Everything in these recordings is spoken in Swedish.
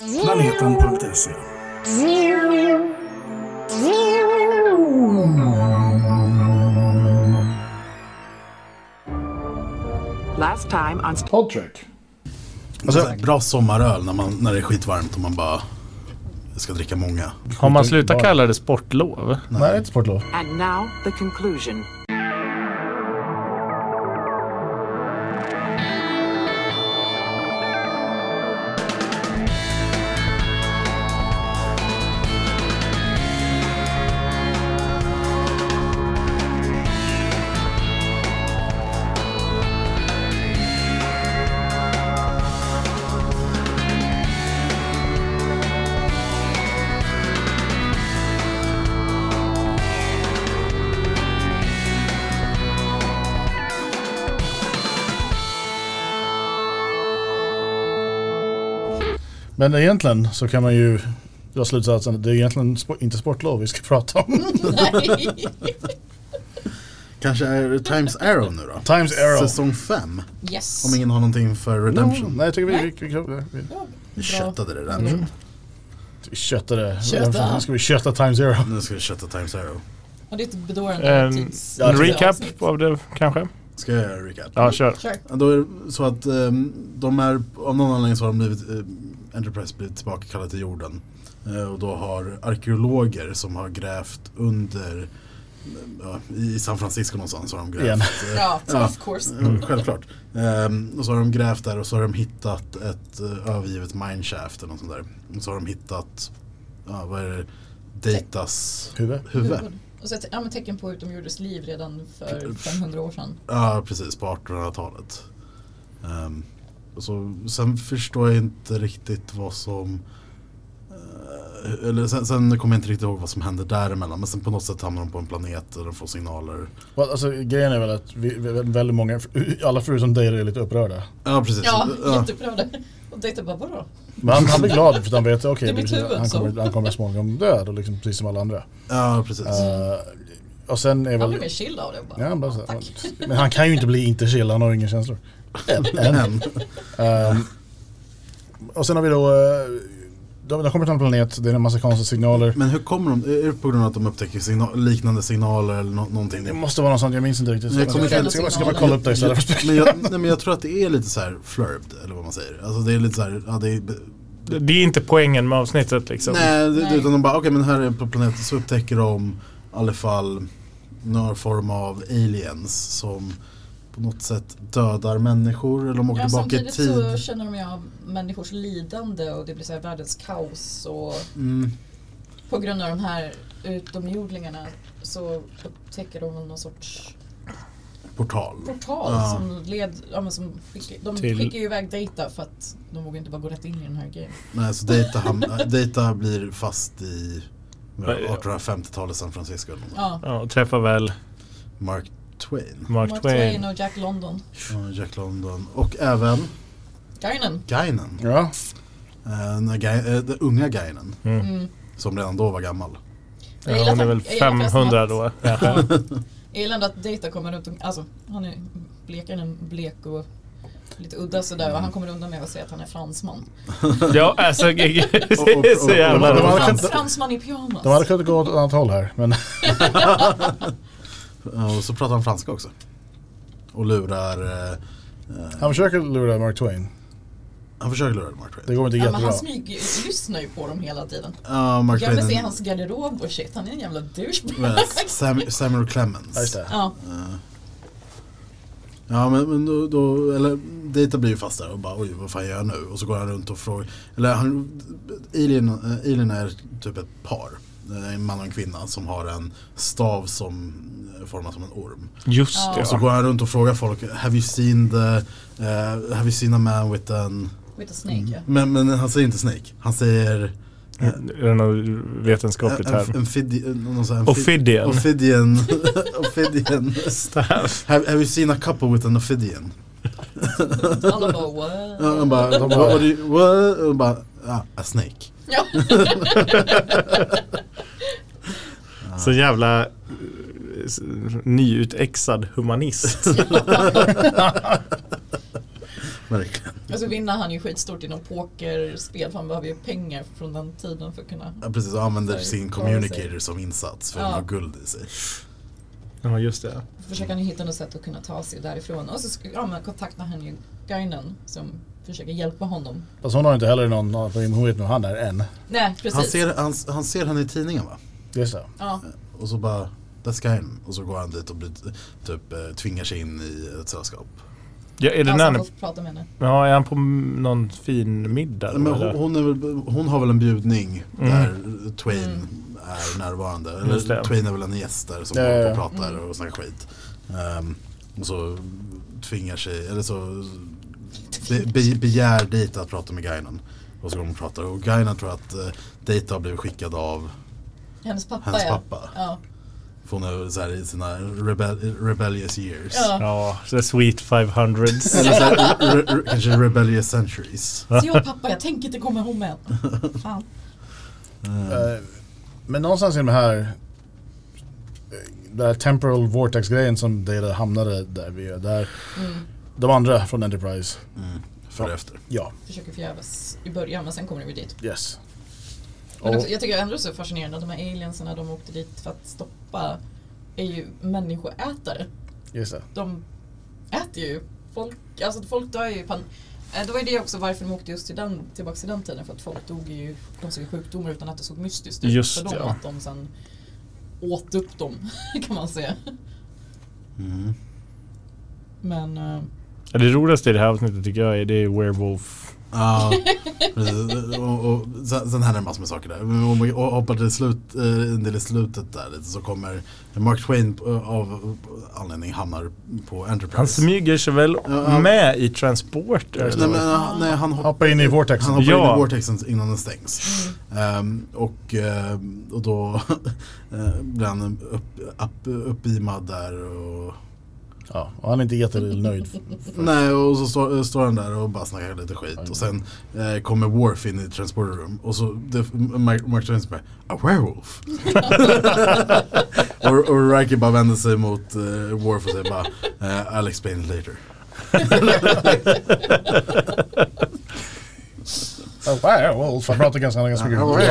Planeten.se. Last time on Podtrack. Alltså, bra sommaröl när det är skitvarmt och man bara ska dricka många. Har man slutat kalla det sportlov? Nej, det är inte sportlov. And now the conclusion. Men egentligen så kan man ju dra slutsatsen att det är egentligen inte sportlov vi ska prata om. Nej. Kanske är det Times Arrow nu då? Times Arrow. Säsong 5. Yes. Om ingen har någonting för Redemption. Nej, jag tycker Vi köttade det där. vi köttade. Kötta. Nu ska vi kötta Times Arrow. Nu ska vi kötta Times Arrow. Och det är ett bedårande tids. En recap av det kanske? Ska jag göra recap? Ja, kör. Ja, då är det så att de är, av någon anledning så har de blivit Enterprise blivit tillbaka kallade till jorden. Och då har arkeologer som har grävt under i San Francisco någonstans har de grävt. Ja, of course. Självklart. Och så har de grävt där och så har de hittat ett övergivet mineshaft eller något sånt där. Och så har de hittat vad är det? Datas huvud. Och så ett tecken på utomjordiskt liv redan för 500 år sedan. Ja, precis, på 1800-talet. Och så, sen förstår jag inte riktigt vad som eller sen kommer jag inte riktigt ihåg vad som händer däremellan. Men sen på något sätt hamnar de på en planet där de får signaler. Alltså grejen är väl att väldigt många, alla förutom dig är lite upprörda. Ja, precis. Ja, jätteupprörda. Och Data bara, vadå? Men han blir glad för att han vet okej, han kommer småningom död och liksom precis som alla andra. Ja, precis. Och sen är Han väl blir mer chill av det bara. ja, bara så, tack. men han kan ju inte bli inte chill, han har ingen känslor. Och sen har vi då de kommer till en planet, det är en massa konstiga signaler. Men hur kommer de? Är det på grund av att de upptäcker liknande signaler eller någonting? Det måste vara något sånt, jag minns inte riktigt. Ska man kolla upp det istället för men jag tror att det är lite så här flurbed, eller vad man säger. Alltså det är lite så här, ja, Det är inte poängen med avsnittet liksom. Nej. Utan de bara, okej, men här på planeten så upptäcker de i alla fall någon form av aliens som på något sätt dödar människor eller de åker tillbaka i tid. Samtidigt så känner de ju av människors lidande och det blir så här världens kaos och på grund av de här utomjordlingarna så upptäcker de någon sorts portal som skickar ju iväg Data för att de vågar inte bara gå rätt in i den här grejen. Nej, så Data blir fast i 1850-talet San Francisco. Ja, och träffar väl Mark Twain Och Jack London. Jack London. Och även Guinan. Ja. Den unga Guinan. Som redan då var gammal. Ja, hon är väl 500 då. Jag gillar att Data kommer runt alltså han är blek och lite udda sådär och han kommer undan med att säga att han är fransman. Ja, alltså så jävla fransman i pyjamas. De hade kunnat gå åt ett annat håll här, men och så pratar han franska också. Och lurar han försöker lura Mark Twain. Det går inte jättebra. Men han lyssnar ju på dem hela tiden. Mark jag vill Twain se hans garderob och shit. Han är en jävla douchebag. Samuel Clemens. Ja. Ja, men då eller Data blir ju fast där och bara oj, vad fan gör jag nu? Och så går han runt och frågar, eller Alien är typ ett par, en man och en kvinna som har en stav som formas som en orm. Just det. Och så går han runt och frågar folk, have you seen a man with a snake? Ja. Men han säger inte snake. Han säger är det något vetenskapligt här? Ophidian staff. Have you seen a couple with an ophidian? Alla bara, what? A snake. Ja. Så jävla nyutexad humanist. Verkligen. Alltså vinner han ju skitstort inom pokerspel för han behöver ju pengar från den tiden för att kunna... Ja, precis, och använder sin communicator som insats för att ha guld i sig. Ja, just det. Försöker han hitta något sätt att kunna ta sig därifrån. Och så kontaktar han ju Guinan som försöker hjälpa honom. Fast hon har inte heller någon hon vet nog han är än. Nej, precis. Han ser henne i tidningen, va? Just det. Ja. Och så bara, that's Guinan. Och så går han dit och tvingar sig in i ett sällskap. Ja, är det Alltså, han han får prata med henne. Ja, är han på någon fin middag? Men eller? hon har väl en bjudning där Twain är närvarande. Eller Twain är väl en gäst där som håller på och pratar och snackar skit. Och så tvingar sig, eller så begär Data att prata med Guinan. Och så går de och pratar. Och Guinan tror att Data har blivit skickad av hennes pappa. Ja. För hon är så här i sina rebellious years. Ja, så sweet 500s. Eller så här, kanske rebellious centuries. Så jag pappa, jag tänker inte komma ihåg med. Fan. Men någonstans i de här där temporal vortex-grejen som det hamnade där vi är där. De andra från Enterprise. För efter. Ja. Försöker förgäves i början men sen kommer vi dit. Yes. Men också, jag tycker ändå så fascinerande att de här aliensarna de åkte dit för att stoppa är ju människoätare. Just det. De äter ju folk, alltså folk dör ju det var ju det också varför de åkte just tillbaka till den tiden, för att folk dog ju konstiga sjukdomar utan att det såg mystiskt ut just för dem, att de sen åt upp dem kan man säga. Men det roligaste i det här avsnittet tycker jag är det är Werewolf. Ja, och sen händer det massor med saker där. Och hoppar till en del i slutet där lite, så kommer Mark Twain av anledning hamnar på Enterprise. Han smyger sig väl med i transporter. Nej, han hoppar in i vortexen. Han hoppar in i vortexen innan den stängs. Och då blir han uppbeamad där och ja, och han är inte jättenöjd. Nej, och så står han där och bara snackar lite skit. Och sen kommer Worf in i transporter room. Och så Mark Twain bara, a werewolf. och Riker bara vänder sig mot Worf och säger bara, I'll explain it later. A werewolf. Han pratar ganska mycket.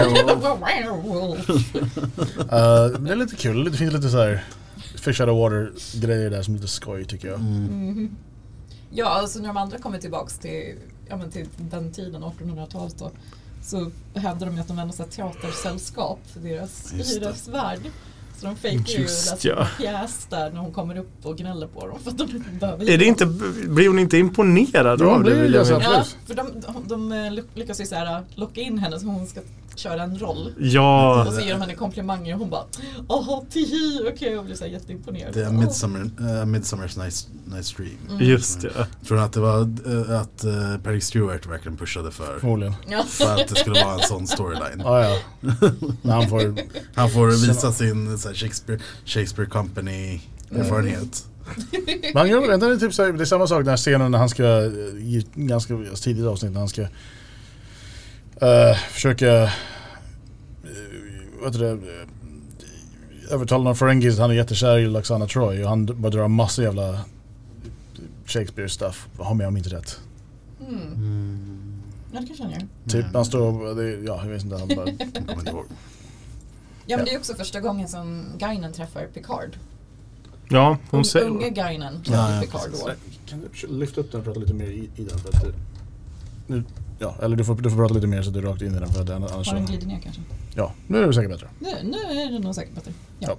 Men det är lite kul. Det finns lite så här fish out of water grejer där som är lite skoj tycker jag. Ja, alltså när de andra kommer tillbaks till den tiden, 1800-talet då, så hävdar de att de är något teatersällskap för deras värld. Så de fejkar ju en pjäs där när hon kommer upp och gnäller på dem för att de behöver. Är det inte, blir hon inte imponerad av det? Ja, för de lyckas ju så här locka in henne så hon ska köra en roll. Ja. Och så ger de henne komplimanger och hon bara okej, och blir så här jätteimponerad. Det är Midsummer's Night's Dream. Just det. Tror att det var att Patrick Stewart verkligen pushade för. Förmodligen. För att det skulle vara en sån storyline. Ja. Han får visa sin så här, Shakespeare Company erfarenhet. Man gör det är typ så här, det är samma sak den här scenen när han ska ganska tidigt avsnitt när han ska försöka övertala någon Ferengis att han är jättekär i Lwaxana Troi och han bara drar massa jävla Shakespeare stuff. Har med om inte rätt. Ja, det kanske han gör. Typ han står jag vet inte, han bara kommer inte ihåg. Ja, men det är också första gången som Guinan träffar Picard. Ja, hon säger unge Guinan träffar Picard då. Kan du lyfta upp den och prata lite mer i den för att nu, eller du får prata lite mer så du är rakt in i den för att annars. Har den glidit ner kanske? Ja, nu är det säkert bättre. Nu är det nog säkert bättre.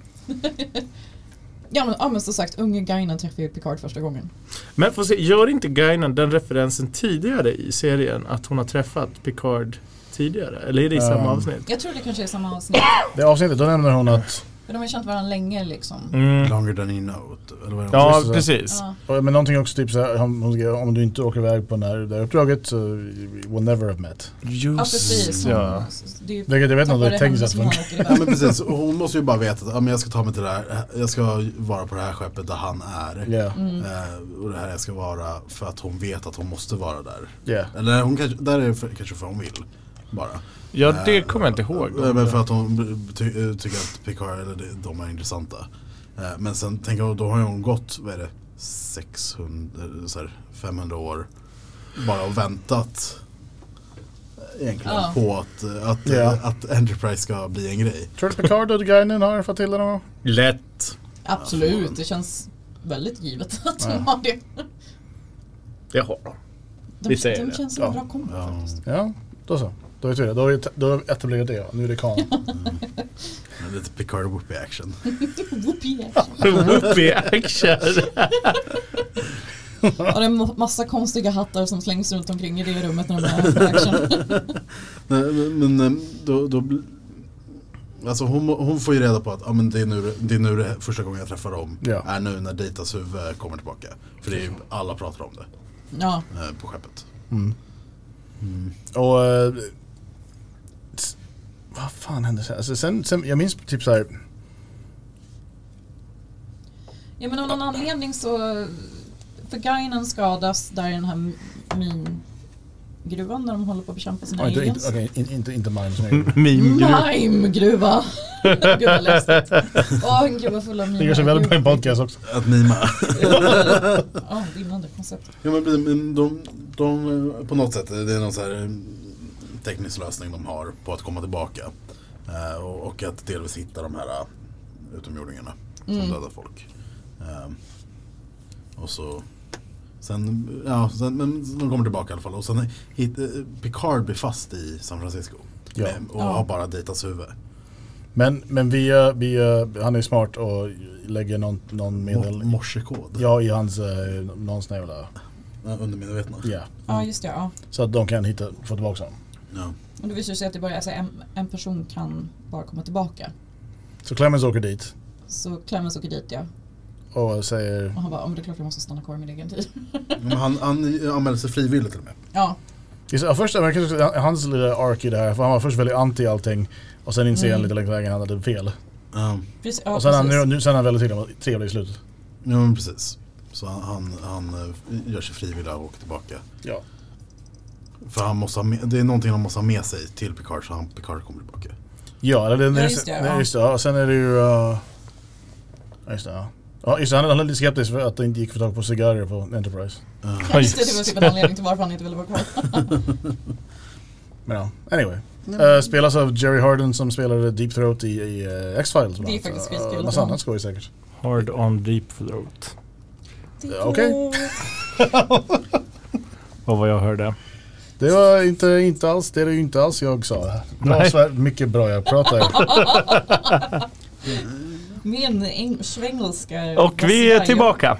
Ja. Men som sagt, unge Guinan träffar ju Picard första gången. Men får se, gör inte Guinan den referensen tidigare i serien att hon har träffat Picard tidigare? Eller är det i samma avsnitt? Jag tror det kanske är samma avsnitt. Det avsnittet, då nämner hon att för de har känt varandra länge liksom. Longer than you know. Eller vad ja, precis. Ja. Men någonting också typ så här, om du inte åker iväg på det där uppdraget så we'll never have met. Just precis. Ja. Jag vet inte om det tänks att ja, men precis. Och hon måste ju bara veta att jag ska ta mig till det här. Jag ska vara på det här skeppet där han är. Och det här jag ska vara för att hon vet att hon måste vara där. Eller hon där är kanske för hon vill bara. Ja, det kommer jag inte ihåg. Men för att hon tycker att Picard eller de är intressanta. Men sen tänker jag, då har hon gått, vad är det, 500 år bara och väntat egentligen på att Enterprise ska bli en grej. Tror du Picard och Guinan har fått till det någon gång? Lätt. Absolut, det känns väldigt givet att de har det. Det har de. De säger det. känns som en bra kombo faktiskt. Ja, då så. Då vet vi det. Då har vi etablerat det. Nu är det kan. Lite Picard och Whoopi action. Whoopi action. Whoopi action. Och det är massa konstiga hattar som slängs runt omkring i det rummet när de är action. Men då alltså hon får ju reda på att men det är nu det första gången jag träffar dem. Är nu när Datas huvud kommer tillbaka. För det är alla pratar om det. Ja. På skeppet. Och vad fan hände sen? Alltså sen jag minns typ så här. Ja, men av någon anledning så för Guinan skadas där i den här mingruvan när de håller på att bekämpa sina aliens. Inte Mime-gruva. Gud vad läskigt. En gruva full av mime. Det gör sig väl på en podcast också. Att mima. Vinnande koncept. Ja, men de på något sätt, det är någon så här teknisk lösning de har på att komma tillbaka. Och att delvis hitta de här utomjordingarna som dödar folk. Och så men de kommer tillbaka i alla fall. Och sen Picard blir fast i San Francisco. Och har bara Datas huvud. Men han är smart och lägger någon medel morsekod. Ja, i hans någon sån jävla undermedvetna. Ja, just det. Ja. Så att de kan få tillbaka honom. Ja. Och det visar sig att det bara en person kan bara komma tillbaka. Så Clemens åker dit. Ja. Och säger... Och han bara, det är klart jag måste stanna kvar i min egen tid. Men han anmälde sig frivilligt till och med. Ja. Först, hans lilla ark i det här, för han var först väldigt anti allting. Och sen inser han lite längs vägen han hade fel. Precis, och sen är han väldigt trevlig i slutet. Ja, men precis. Så han gör sig frivillig och åker tillbaka. Ja. För han måste det är någonting han måste ha med sig till Picard så Picard kommer tillbaka. Ja, just det. Och sen är det ju... just det, ja, just det, han är lite skeptisk för att det inte gick för tag på cigarrer på Enterprise. Just det var typ en anledning till varför han inte ville vara kvar. Men anyway. Spelas av Jerry Harden som spelade Deep Throat i X-Files. Det är faktiskt skitkul. Massa annat skoj säkert. Hard on Deep Throat. Okej. Och vad jag hörde. Det var inte alls, det är ju inte alls jag sa. Mycket bra jag pratar. Min svengelska. Och vi är tillbaka.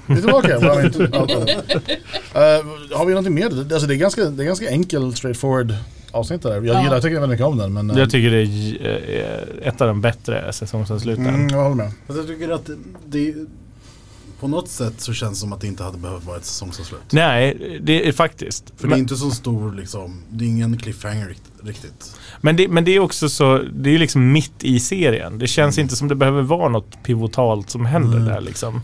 Har vi någonting mer? Alltså det är ganska enkel, straightforward avsnitt där. Jag tycker väldigt mycket om den. Men, jag tycker det är ett av de bättre säsongsavsluten. Jag håller med. Jag tycker att det på något sätt så känns det som att det inte hade behövt vara ett säsongsavslut. Nej, det är faktiskt. För det är inte så stor liksom, det är ingen cliffhanger riktigt. Men det är också så, det är liksom mitt i serien. Det känns inte som det behöver vara något pivotalt som händer där liksom.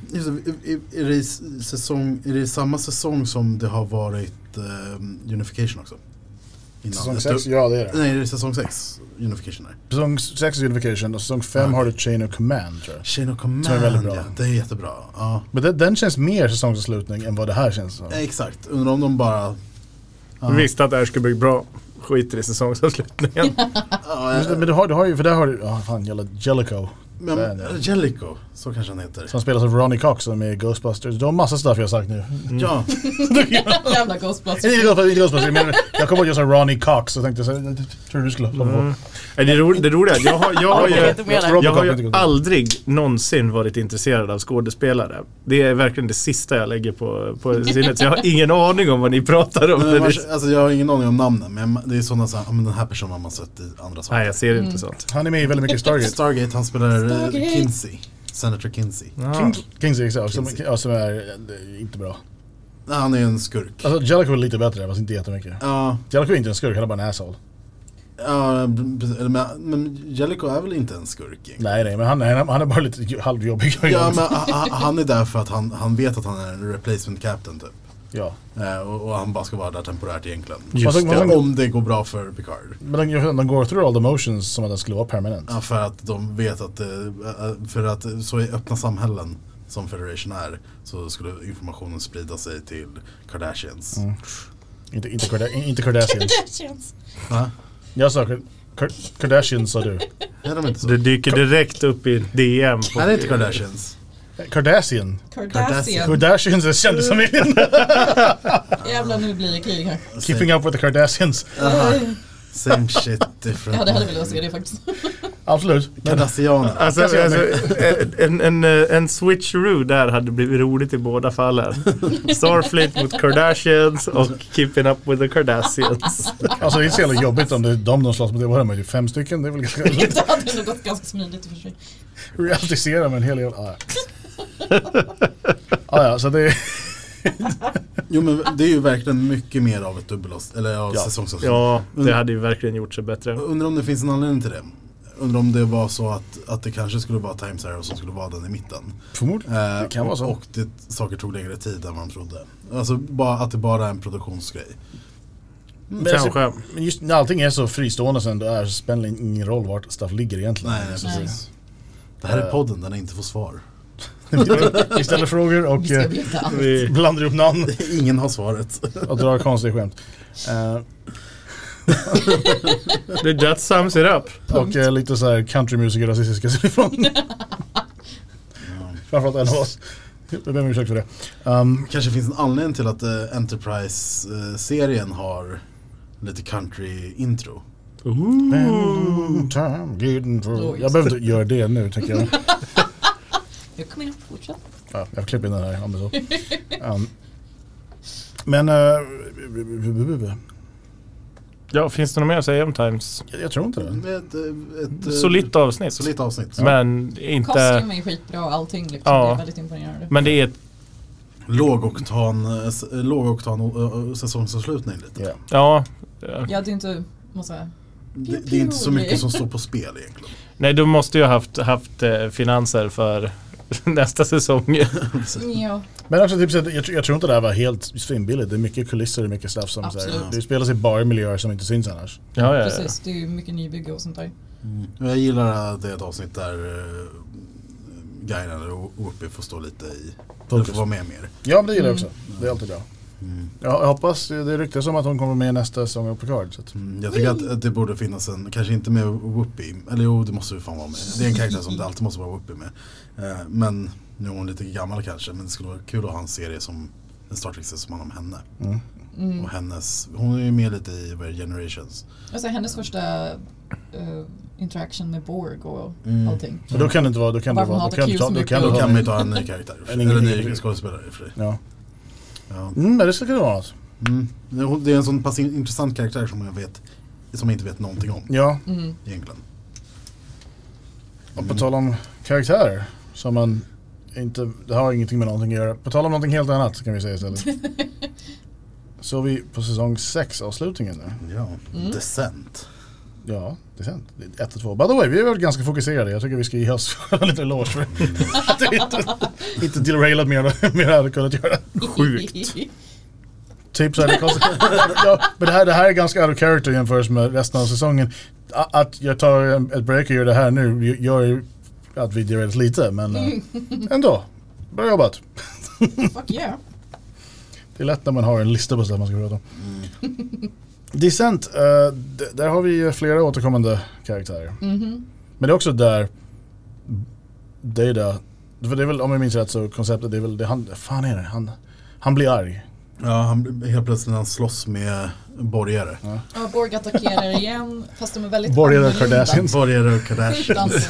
Är det samma säsong som det har varit Unification också? Säsong 6, ja det är det. Nej, det är säsong 6 Unification här. Säsong 6 är Unification och säsong 5 har du Chain of Command, tror jag. Chain of Command, som är väldigt bra. Ja, det är jättebra. Ja. Men den känns mer säsongsavslutning än vad det här känns som. Exakt, undrar om de bara... Visste att det här skulle bli bra. Skiter i säsongsavslutningen. Men du har ju, för där har du, Jellicoe. Jellicoe, så kanske han heter. Som spelas av Ronny Cox som är Ghostbusters. Det var massa stuff jag har sagt nu. Ja. Jävla Ghostbusters. Inte Ghostbusters, men jag kommer att göra Ronny Cox och tänkte så tror du skulle komma på. Det roliga, jag har ju aldrig någonsin varit intresserad av skådespelare. Det är verkligen det sista jag lägger på sinnet. Så jag har ingen aning om vad ni pratar om. Alltså jag har ingen aning om namnen, men det är sådana så här, den här personen har man sett i andra saker. Nej, jag ser inte sånt. Han är med i väldigt mycket Stargate, han spelar Kinsey. Senator Kinsey. Kinsey, exakt. Som är inte bra. Nej, han är en skurk. Alltså Jellicoe är lite bättre, fast inte jättemycket. Jellicoe är inte en skurk, han är bara en asshole. Ja, men Jellicoe är väl inte en skurk? Nej, men han är bara lite halvjobbig. Ja, men han är där för att han vet att han är en replacement captain typ. Ja. Och han bara ska vara där temporärt egentligen. Om det går bra för Picard. Men de går through all the motions som att det skulle vara permanent. Ja, för att de vet att för att så i öppna samhällen som Federation är så skulle informationen sprida sig till Kardashians. Inte Kardashians. Kardashians. Va? Jag sa Kardashians, sa du. Är de inte så? Det dyker direkt upp i DM. Är det inte Kardashians? Kardashian. Kardashians är kändisfamiljen. Jävlar, nu blir det krig här. Keeping up with the Kardashians. Same shit, different. Ja, det hade velat se det faktiskt. Absolut. Kardashianer. Alltså, en switcheroo där hade blivit roligt i båda fallen. Starfleet mot Kardashians och Keeping Up with the Kardashians. Alltså det är så jävla jobbigt om det är de slåss mot. Det var med 5 stycken. Det är väl ganska Det hade nog gått ganska smidigt för sig. realisera med en hel jävla... ja, så det är... Jo, men det är ju verkligen mycket mer av ett dubbelavsnitt, eller av säsongsavsnitt. Ja, det hade ju verkligen gjort sig bättre. Undrar om det finns en anledning till det. Undrar om det var så att det kanske skulle vara Times Arrow som skulle vara den i mitten. Förmodligen. Det kan vara så. Och saker tog längre tid än man trodde. Alltså att det bara är en produktionsgrej. Kanske. Men just när allting är så fristående sen då är spelar ingen roll vart stuff ligger egentligen. Nej, precis. Det här är podden där ni inte får svar. Vi ställer frågor och vi blandar upp namn. Ingen har svaret. Och drar konstiga skämt. That sums it up. Och lite så här countrymusiker rasistiska ifrån. Framförallt en av oss. Jag ber om ursäkt för det. Kanske finns en anledning till att Enterprise-serien har lite country-intro. Jag behöver inte göra det nu, tänker jag. Jag kommer in och fortsätta. Ja, jag klipper in den här. Men Ja, finns det något mer att säga om Times? jag tror inte det. Ett Solitt avsnitt. solitt avsnitt. Men inte... Kostym är skitbra och allting liksom. Ja. Det är väldigt imponerande. Men det är ett... Lågoktan säsongsavslutning lite. Yeah. Ja. Ja, det är inte... Måste jag... Det är inte så mycket som står på spel egentligen. Nej, du måste ju ha haft finanser för nästa säsong. Ja. Men också typ, jag tror inte det här var helt svinbilligt. Det är mycket kulisser, det är mycket stuff som så här, det spelas i bara miljöer som inte syns annars. Ja. Precis, det är ju mycket nybygge och sånt där. Jag gillar att det är ett avsnitt där guiden och Whoopi får stå lite i får vara med mer. Ja, men det gillar jag också. Det är alltid bra. Jag hoppas, det ryktas som att hon kommer med nästa säsong av Picard. Så att. Jag tycker att det borde finnas en, kanske inte med Whoopi, eller jo, det måste ju fan vara med. Det är en karaktär som det alltid måste vara Whoopi med. Men nu är hon lite gammal kanske, men det skulle vara kul att ha en serie som en Star Trek som handlar om henne. Och hon är ju med lite i Generations. Alltså hennes första interaction med Borg och allting. Och då kan det inte vara, då kan man ju ta en ny karaktär. Eller en ny skådespelare för dig. Ja. Men det skulle kunna vara något. Det är en sån pass intressant karaktär som jag inte vet någonting om. Ja. Egentligen. Och på tal om karaktärer som man inte, det har ingenting med någonting att göra. På tal om någonting helt annat så kan vi säga istället. Så vi på säsong 6 avslutningen nu. Ja, Descent. Ja, Descent. 1 och 2. By the way, vi har varit ganska fokuserade. Jag tycker vi ska ge oss lite eloge för att det inte derailat mer hade kunnat göra. Sjukt. Typ så här, ja, men det här är ganska out of character jämfört med resten av säsongen. Att jag tar ett break och gör det här nu gör ju att vi derailat lite, men ändå. Bra jobbat. Fuck yeah. Det är lätt när man har en lista på sådär man ska prata om. Descent, där har vi flera återkommande karaktärer. Men det är också där Data, för det är väl, om jag minns rätt så konceptet, det är väl det han blir arg. Ja, han helt plötsligt när han slåss med borgare. Ja, Borg attackerar igen, fast de är väldigt borgare och Kardashians. Borgare och Kardashians.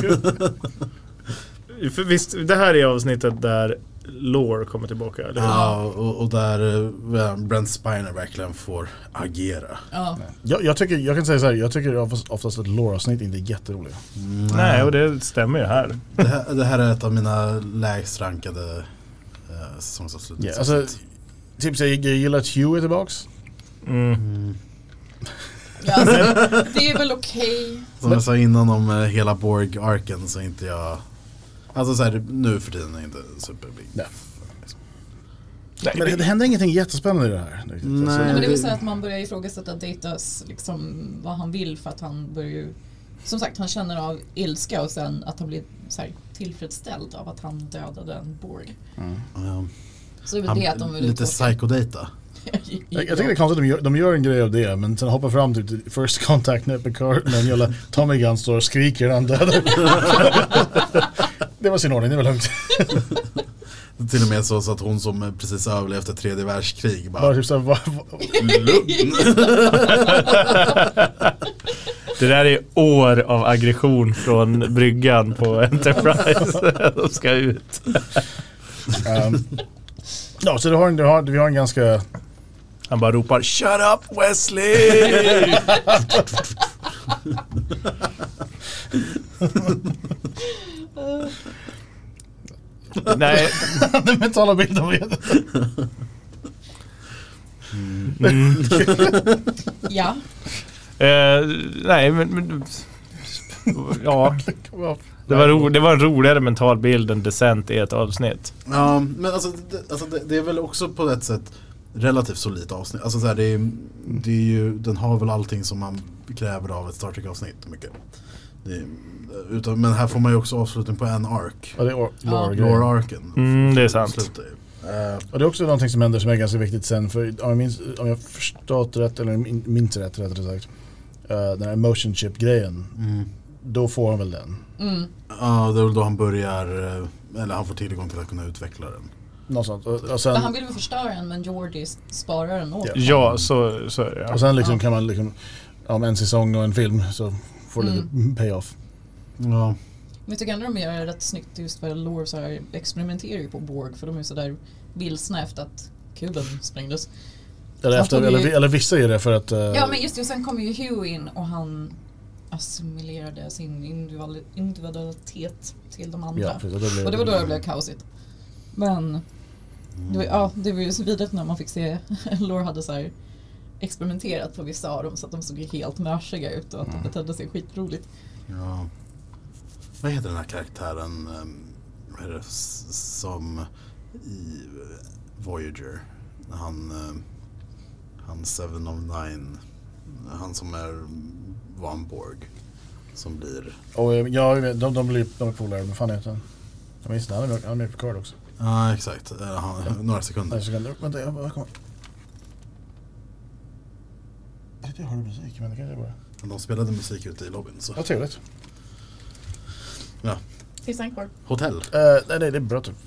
För visst, det här är avsnittet där Lore kommer tillbaka, eller hur? Ja, och där Brent Spiner verkligen får agera. Ja. Jag kan säga så här, jag tycker oftast att Lore-avsnitt inte är jätteroliga. Nej, och det stämmer ju här. Det här är ett av mina lägst rankade säsongsavslut. Yeah, alltså, typ så jag gillar att Hugh är tillbaks. Ja, alltså, det är väl okej. Som jag sa innan om hela Borg-arken så inte jag... Alltså så här, nu för tiden är inte superbig. Nej. Men det händer ingenting jättespännande i det här. Nej, men det vill säga att man börjar ifrågasätta Datas liksom, vad han vill, för att han börjar ju, som sagt, han känner av ilska och sen att han blir så här tillfredsställd av att han dödade en Borg. Så det är väl det att de vill lite psychodata. Jag tycker det är konstigt att de gör en grej av det, men sen hoppar fram till First Contact när Picard med en jävla Tommy Gun står och skriker när han dödar. Det var sin ordning, det var lugnt. Till och med så att hon som precis överlevt ett 3:e världskrig bara typ såhär, Det där är år av aggression från bryggan på Enterprise. De ska ut. Ja, så vi har en ganska... Han bara ropar "Shut up Wesley!" Nej. Den mentala bilden av det. Ja. Nej, men ja. Det var en roligare mental bild än Descent i ett avsnitt. Ja, men alltså det är väl också på ett sätt relativt solidt avsnitt. Alltså så här, det är ju, den har väl allting som man kräver av ett Star Trek-avsnitt mycket. Men här får man ju också avslutning på en ark. Ja, det är Lore-arken. Det är sant. Och det är också någonting som händer som är ganska viktigt sen, för om jag förstått rätt, eller minns rätt rättare sagt, den här emotion chip-grejen, då får han väl den. Ja, det är väl då han börjar, eller han får tillgång till att kunna utveckla den. Något sånt. Och sen, men han vill väl förstöra den, men Geordi sparar den åt. Ja, så är det. Ja. Och sen liksom kan man liksom, om en säsong och en film så får det lite payoff. Ja. Men jag tycker ändå de gör rätt snyggt just för Lore så här experimenterar ju på Borg, för de är så där vilsna efter att kuben sprängdes. Eller vissa är det för att... Ja, men just det, och sen kommer ju Hugh in och han assimilerade sin individualitet till de andra. Ja, precis, och det var då det blev kaosigt. Men det var ju så vidare när man fick se Lore hade så här experimenterat på vissa av dem så att de såg helt mörsiga ut och att de betedde sig skitroligt. Ja. Vad heter den här karaktären som i Voyager? Han 7 of 9, han som var en Borg som blir... Ja, de är polare, men fan heter han? Jag minns det, han är med på Picard också. Ja, exakt. Några sekunder. Vänta, jag kommer. Jag hör musik, men det kanske bara... De spelade musik ute i lobbyn. Så. Ja, trevligt. Ja. Finns han kvar? Hotell? Nej, det är bra typ.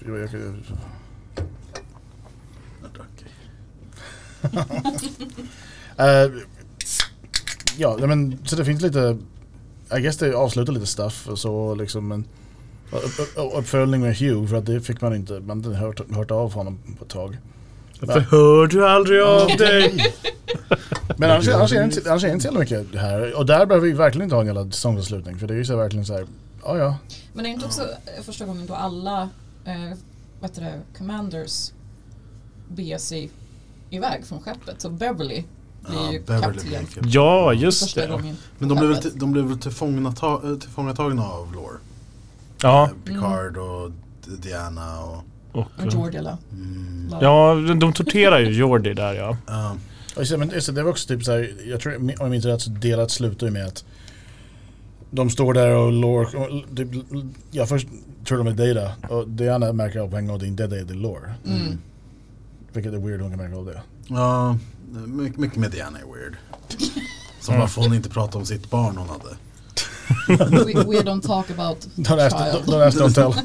Ja, men så det finns lite... I guess det avslutar lite stuff och så liksom, en uppföljning med Hugh, för att det fick man inte hört av honom på ett tag. Varför hör du aldrig av dig? Men annars är det inte så mycket här. Och där behöver vi verkligen inte ha en jävla säsongsavslutning, för det är ju så verkligen så här, ja. Men det är inte också första gången då alla commanders beger sig iväg från skeppet, så Beverly blir ju kapten. Ja, just det. Men de blev väl tillfångatagna av Lore. Ja. Picard och Diana och Geordi. Ja, de torterar ju Geordi där, ja. Men det var också typ så här, jag tror, om jag minns rätt, så delat slutar ju med att de står där och Lore, jag först tror de är Data och Diana märker av på en gång att det är Lore. Vilket är weird, hon kan märka av det. Ja, mycket med Diana är weird. Som varför hon inte prata om sitt barn hon hade. We don't talk about don't ask, don't tell.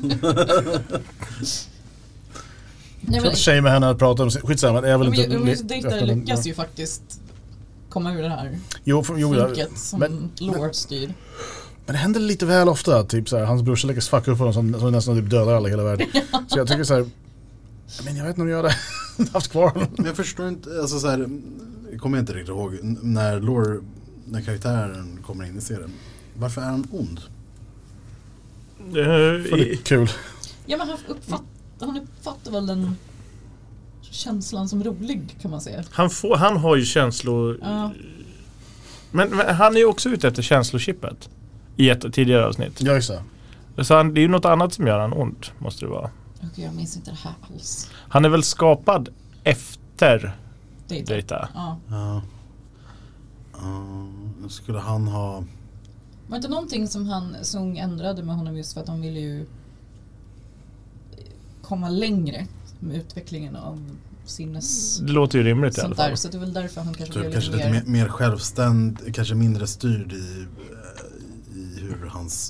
Tjej med henne att prata om skitsamma. Data lyckas ju faktiskt komma ur det här funket som Lore styr. Men det händer lite väl ofta, typ så här, hans brorsa lyckas fucka upp honom som nästan typ dödar alla i hela världen. Så jag tycker så här, men jag vet inte om jag hade haft kvar honom. Men jag förstår inte, alltså så här, jag kommer inte riktigt ihåg när karaktären kommer in i serien. Varför är han ond? För det är kul. Ja, men han uppfattar väl den känslan som rolig, kan man säga. Han har ju känslor. Men han är ju också ute efter känslochippet i ett tidigare avsnitt. Ja, just det. Så det är ju något annat som gör han ond, måste det vara. Okej, jag minns inte det här alls. Han är väl skapad efter Data. Ja. Skulle han ha... Var det inte någonting som ändrade med honom just för att han ville ju komma längre med utvecklingen av sinnes... Det låter ju rimligt i alla fall. Så det är väl därför han kanske typ, blir kanske lite mer självständig, kanske mindre styrd i hur hans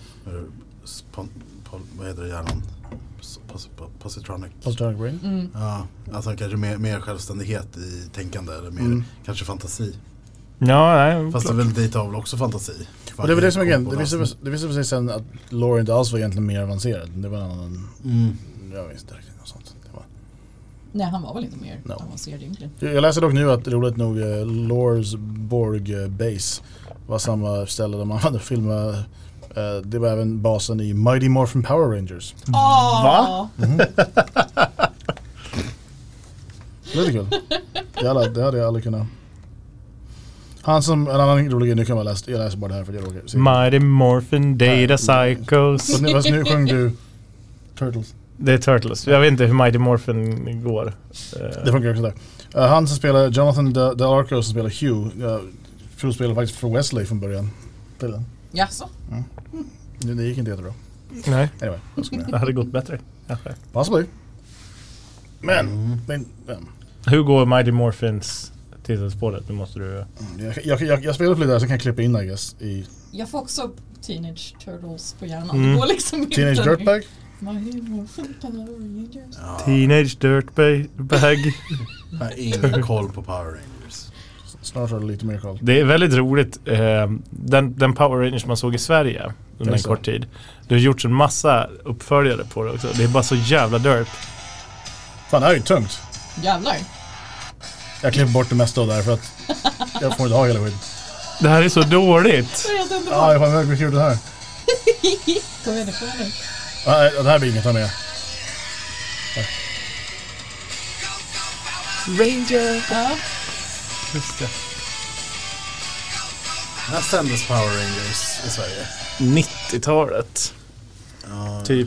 vad heter det, hjärnan? Positronic brain? Ja, alltså kanske mer självständighet i tänkande eller mer kanske fantasi. Ja, nej. Fast det är väl Data väl också fantasi. Och det var det som igen, det visade sig sen att lore inte alls var egentligen mer avancerad. Det var en annan... Jag vet inte riktigt något sånt. Nej, han var väl inte mer avancerad egentligen. Jag läser dock nu att roligt nog Lores Borg Base var samma ställe där man hade filmat. Det var även basen i Mighty Morphin Power Rangers. Va? Det är kul. Det hade jag aldrig kunnat. Han som, en annan rolig, nu kan man läsa, jag läser bara det här för att jag råkar se. Mighty Morphin Data Psychos. Nu sjöng du Turtles. Det är Turtles. Jag vet inte hur Mighty Morphin går. Det funkar också där. Han som spelar Jonathan DeArco som spelar Hugh. Hugh spelar faktiskt för Wesley från början. Jaså? Det gick inte jättebra. Nej. Anyway, det hade gått bättre. Possibly. Men hur går Mighty Morphins titelspåret? Nu måste du... Jag spelar på lite där så kan jag klippa in I guess. Jag får också Teenage Turtles på hjärnan. Det går liksom inte. Teenage Dirtbag? Teenage Dirtbag. Jag har ingen koll på Power Rangers. Snart har du lite mer koll. Det är väldigt roligt. Den Power Rangers man såg i Sverige under en kort tid. Det har gjorts en massa uppföljare på det också. Det är bara så jävla derp. Fan, det här är ju tungt. Jävlar. Jag klipper bort det mesta av det här för att jag får inte ha hela skiten. Det här är så dåligt. Ja, jag får mycket kul det här. Kom igen, kom igen. Det här blir inget att ta med. Ranger. Ja. Just det. När sändes Power Rangers i Sverige? 90-talet. Typ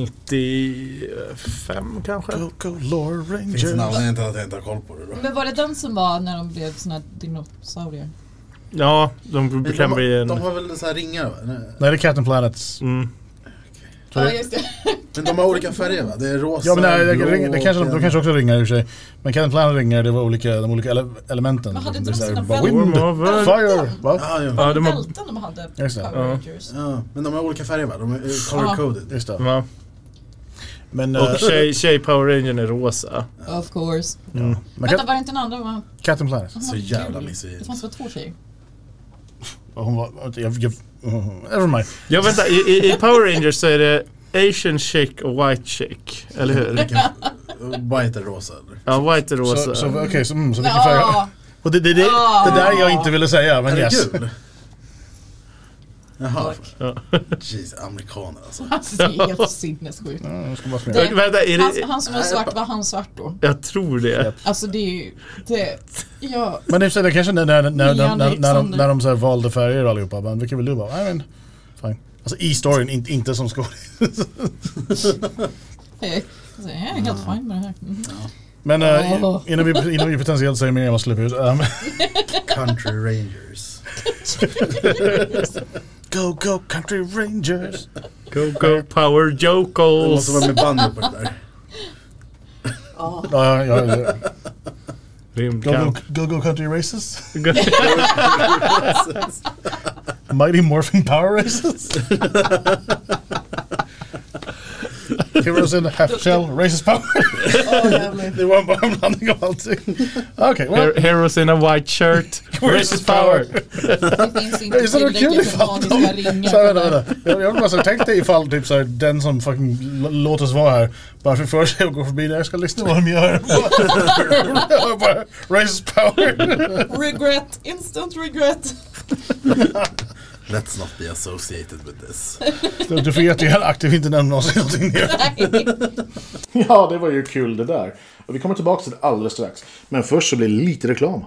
95 kanske. Go Lore Rangers. Finns det någon inte att jag inte har koll på det då? Men var det den som var när de blev såna dinosaurier? Ja, de kan bli en... De har väl så här ringar va? Nej, det är Captain Planets. Ja, just det. Men de har olika färger va? Det är rosa, ja, men nej, blå, de kanske också ringar i och för sig. Men Captain Planet ringar, det var de olika elementen. Men hade inte de sina wind, fire, va? Ja, de bälten de hade Power Rangers. Ja, men de har olika färger va? De är color-coded. Just det. Ja. Men, och tjej Power Ranger är rosa. Of course. Men vänta, var det inte en andra? Va? Captain Planet. Så jävla missigt. Det fanns väl 2 tjejer? Hon var... Never mind. Ja, vänta. I Power Rangers så är det Asian chick och white chick. Eller hur? White är rosa eller? Ja, white är rosa. Så vilken färg? Och det där jag inte ville säga, men yes. Jaha. Jeez, amerikaner alltså. Alltså det är helt sinnessjukt. Han som är svart, var han svart då? Jag tror det. Alltså det är ju... Ja. Men det kanske när de så här valde färger allihopa. Men vilka vill du vara? I mean, fine. Alltså i storyn, inte som skådis. Jag är helt fine med det här. Men innan vi potentiellt säger mer än vad släpper ut. Country Rangers. Go Country Rangers. Go Power Jokos. Det måste vara med banjo på det där. Ja. Go Country Races. Mighty Morphin Power Races. Heroes in Half Shell Races Power. Det var bara en blandning av allting. Okay, well. Heroes in a white shirt Races Power. Det finns inte tillräckligt magiska ringar. Jag vill bara säga, tänk dig ifall typ så här, den som fucking låter oss vara här bara för sig och går förbi där, jag ska lyssna vad de gör. Bara, Races Power. Regret, instant regret. Let's not be associated with this. Du får jättegärna aktivt inte nämna oss någonting mer. Ja, det var ju kul det där. Och vi kommer tillbaka till det alldeles strax. Men först så blir det lite reklam.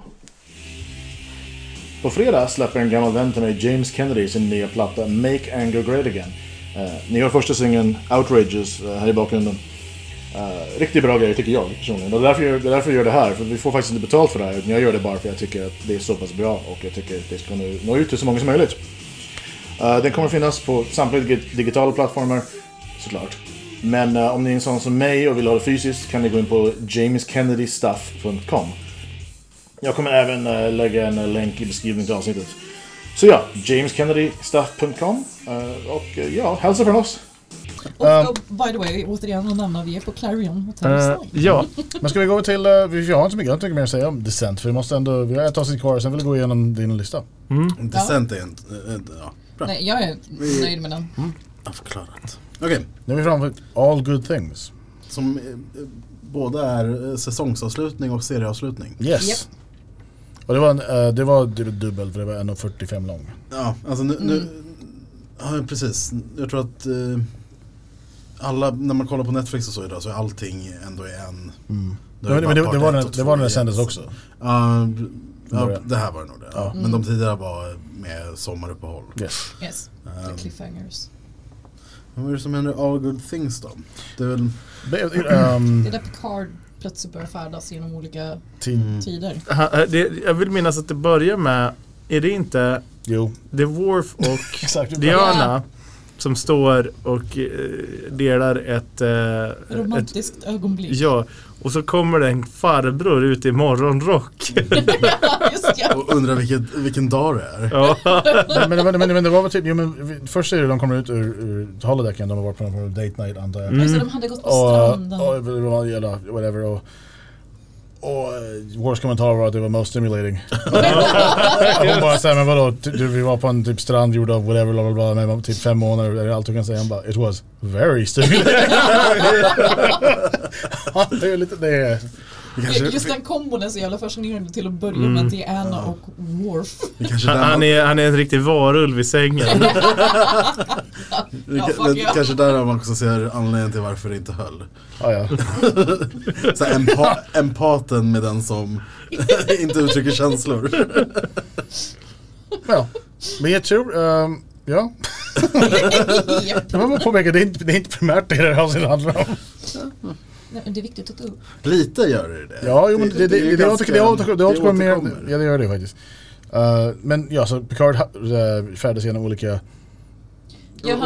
På fredag släpper en gammal vän till mig, James Kennedy, sin nya platta Make Anger Great Again. Ni har första singeln Outrageous här i bakgrunden. Riktigt bra grejer tycker jag personligen. Och det är därför jag gör det här. För vi får faktiskt inte betalt för det här. Jag gör det bara för jag tycker att det är så pass bra. Och jag tycker att det ska nå ut till så många som möjligt. Den kommer finnas på samtliga digitala plattformar, såklart. Men om ni är en sån som mig och vill ha det fysiskt kan ni gå in på jameskennedystuff.com. Jag kommer även lägga en länk i beskrivningen till avsnittet. Så ja, jameskennedystuff.com. Och ja, hälsa från oss. Och by the way, återigen nämna vi är på Clarion Hotel. Ja. Men ska vi gå till, vi har inte så mycket mer att säga om Descent, för vi måste ändå, vi har ett avsnitt kvar, sen vill vi gå igenom din lista. Descent är bra. Nej, jag är nöjd med den. Jag förklarat. Okej. Nu är vi framme vid All Good Things. Som båda är säsongsavslutning och serieavslutning. Yes. Yep. Och det var dubbelt, för det var 1:45 lång. Ja, alltså nu ja, precis. Jag tror att alla, när man kollar på Netflix och så idag, så är allting ändå en... Det var när det sändes också. Ja, det här var det nog det. Ja. Men de tidigare var med sommaruppehåll. Yes. The cliffhangers. Vad är det som händer All Good Things då? Det är väl... Det är där Picard plötsligt börjar färdas genom olika tider. Jag vill minnas att det börjar med, är det inte The Worf och Diana som står och delar ett romantiskt ögonblick. Ja, och så kommer det en farbror ut i morgonrock. Just ja. Och undrar vilken dag det är. Ja. men det var väl typ, först är det de kommer ut ur holodecken, de har varit på en date night antar jag. Alltså de hade gått på stranden. Och whatever, och Wars kommentar var att det var most stimulating. Hon bara säger, men vadå, vi var på en typ strand gjord av whatever, bla, med typ 5 månader, är det allt du kan säga? Han bara, it was very stimulating. Det är lite det. Just den kombon är så jävla fascinerande till att börja med Diana och Worf. Han är en riktig varulv i sängen. Kanske där man också ser anledningen till varför det inte höll. Ja. Så empaten med den som inte uttrycker känslor. Ja, men jag tror ja. Jag vill påpeka, det är inte primärt det här avsnittet handlar om. Nej, men det är viktigt att ta upp. Lite gör det. Ja, jo, men det återkommer mer. Ja, det gör det faktiskt. Men ja, så Picard färdas genom olika... Ja,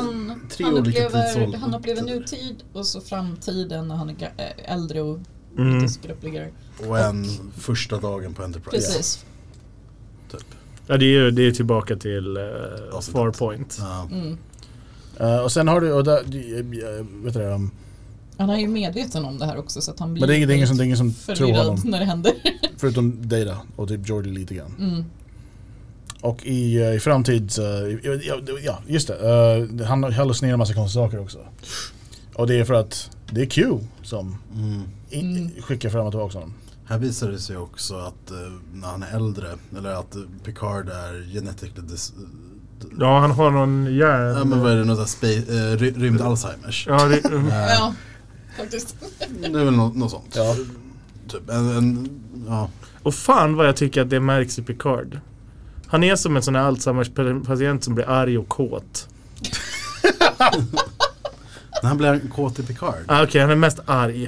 han upplever nutid och så framtiden när han är äldre och lite skröpligare. Och en första dagen på Enterprise. Precis. Ja. Typ. Ja, det är tillbaka till Farpoint. Ja. Och sen har du... Och vet du, han är ju medveten om det här också, så att han blir... Men det är ingen som tror honom. När det händer. Förutom Data och typ Geordi lite grann. Och i framtid, ja just det, han hallucinerar en massa konstiga saker också. Och det är för att det är Q som skickar fram och tillbaka honom. Här visar det sig också att när han är äldre, eller att Picard är genetiskt... Ja, han har någon hjärn... Ja, men vad är det? Något rymd Alzheimers? Ja, ja, faktiskt. Det är väl något sånt. Ja. Typ, ja. Och fan vad jag tycker att det märks i Picard. Han är som en sån här Alzheimers-patient som blir arg och kåt. När han blir kåt i Picard? Okej, han är mest arg.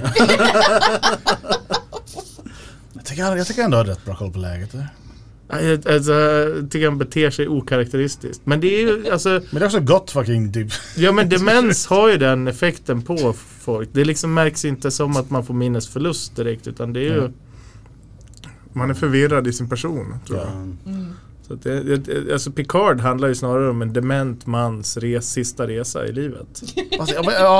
Jag tycker ändå har rätt bra koll på läget där. Jag tycker han beter sig okaraktäristiskt. Men det är ju alltså... Men det är också gott fucking typ. Ja, men demens har ju den effekten på folk. Det liksom märks inte som att man får minnesförlust direkt, utan det är ju... Man är förvirrad i sin person, tror jag. Så att alltså Picard handlar ju snarare om en dement mans sista resa i livet. Okej.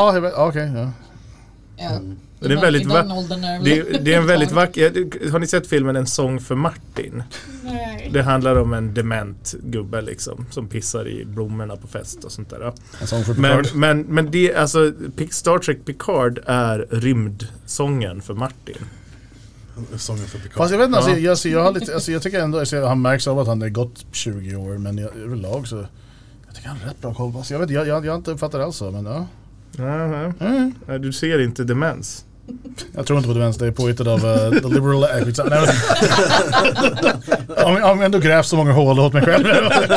Det är väldigt det är en väldigt vacker... Har ni sett filmen En sång för Martin? Nej. Det handlar om en dement gubbe liksom, som pissar i blommorna på fest och sånt där. En sång för Picard. Men det, alltså, Star Trek Picard är rymdsången för Martin. Sången för Picard. Fast jag vet inte, jag har lite, jag tycker ändå han märks av att han är gått 20 år, men överlag så jag tycker han har rätt bra koll. Alltså, jag vet, jag har inte uppfattat det alls så, men ja. Nej, du ser inte demens. Jag tror inte på demens, det är påhittat av the liberal... Om jag ändå grävt så många hål åt mig själv.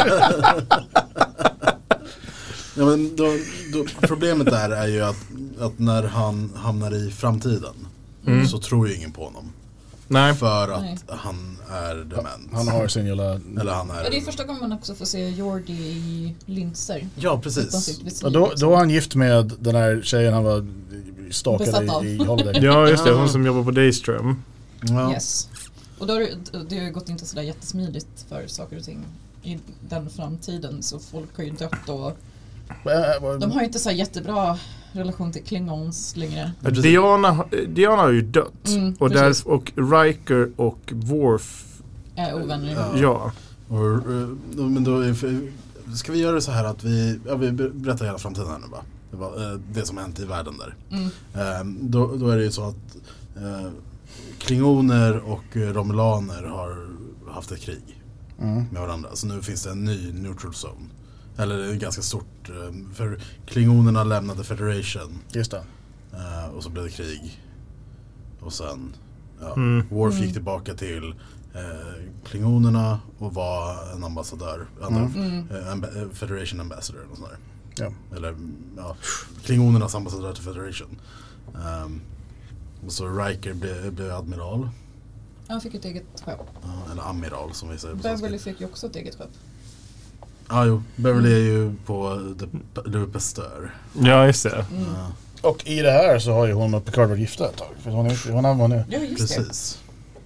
Ja, men då, problemet där är ju att när han hamnar i framtiden så tror ju ingen på honom. Nej. För att Nej. han är dement. Han har sin jävla... Eller han är... Det är första gången man också får se Jordi i linser. Ja, precis. Ja, då är han gift med den här tjejen han var stakad Besatt av. i Holiday. Ja, just det. Hon som jobbar på Daystrom. Ja. Yes. Och då har det har gått inte sådär jättesmidigt för saker och ting i den framtiden. Så folk har ju dött och de har ju inte så jättebra relation till Klingons längre. Diana har ju dött. Och Riker och Worf Är ovänner. Ja. Men då ska vi göra det så här att vi berättar hela framtiden här nu, va? Det var det som hänt i världen där. Då är det ju så att klingoner och romulaner har haft ett krig med varandra. Så nu finns det en ny neutral zone. Eller det är ganska stort. För klingonerna lämnade Federation. Just det. Och så blev det krig. Och sen Worf gick tillbaka till klingonerna och var en ambassadör. Federation ambassador och sådär. Ja. Eller klingonernas ambassadör till Federation. Och så Riker blev admiral. Han fick ett eget skepp. Eller amiral som vi säger på Beverly svenska. fick ju också ett eget skepp. Jo, Beverly är ju på Le Pasteur. Ja, just det. Och i det här så har ju hon och Picard varit gifta ett tag. För hon är Ja, just Precis.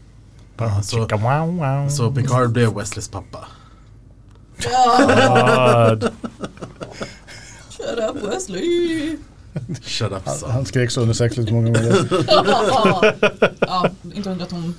Wow. Så Picard blev Wesleys pappa. det. Ja, God. shut up Wesley! Shut up son. han skrek så under sexet många gånger. Ja, inte undrat hon.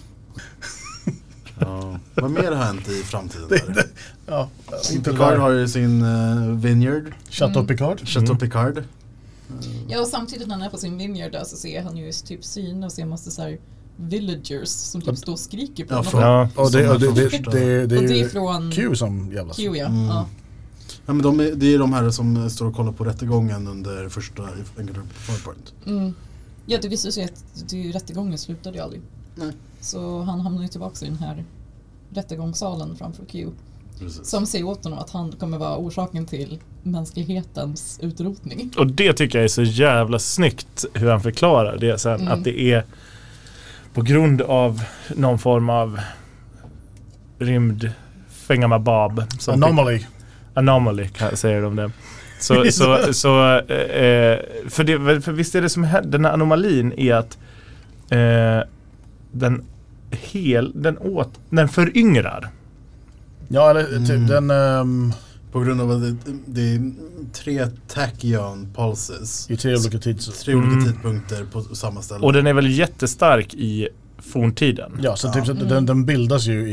Vad mer har hänt i framtiden där? Ja, Picard har ju sin vineyard. Chateau Picard. Chateau Picard. Ja, och samtidigt när han är på sin vineyard där så ser han ju typ syn och ser massa så här villagers som typ står och skriker på honom. Ja. Och det Och är det är ju från Q som jävlas. Q, ja. Ja, men det är de här som står och kollar på rättegången under första Encounter Farpoint. Ja, det visar sig att rättegången slutade ju aldrig. Nej. Så han hamnar ju tillbaka i den här rättegångssalen framför Q. Precis. Som säger åt honom att han kommer vara orsaken till mänsklighetens utrotning. Och det tycker jag är så jävla snyggt hur han förklarar det sen. Att det är på grund av någon form av rymdfängamabab. Anomaly säger de det. För visst är det som händer, den här anomalin är att den föryngrar. Ja, eller typ den... På grund av att det är 3 tachyon pulses. I 3 olika tidpunkter på samma ställe. Och den är väl jättestark i forntiden. Ja, så typ så den bildas ju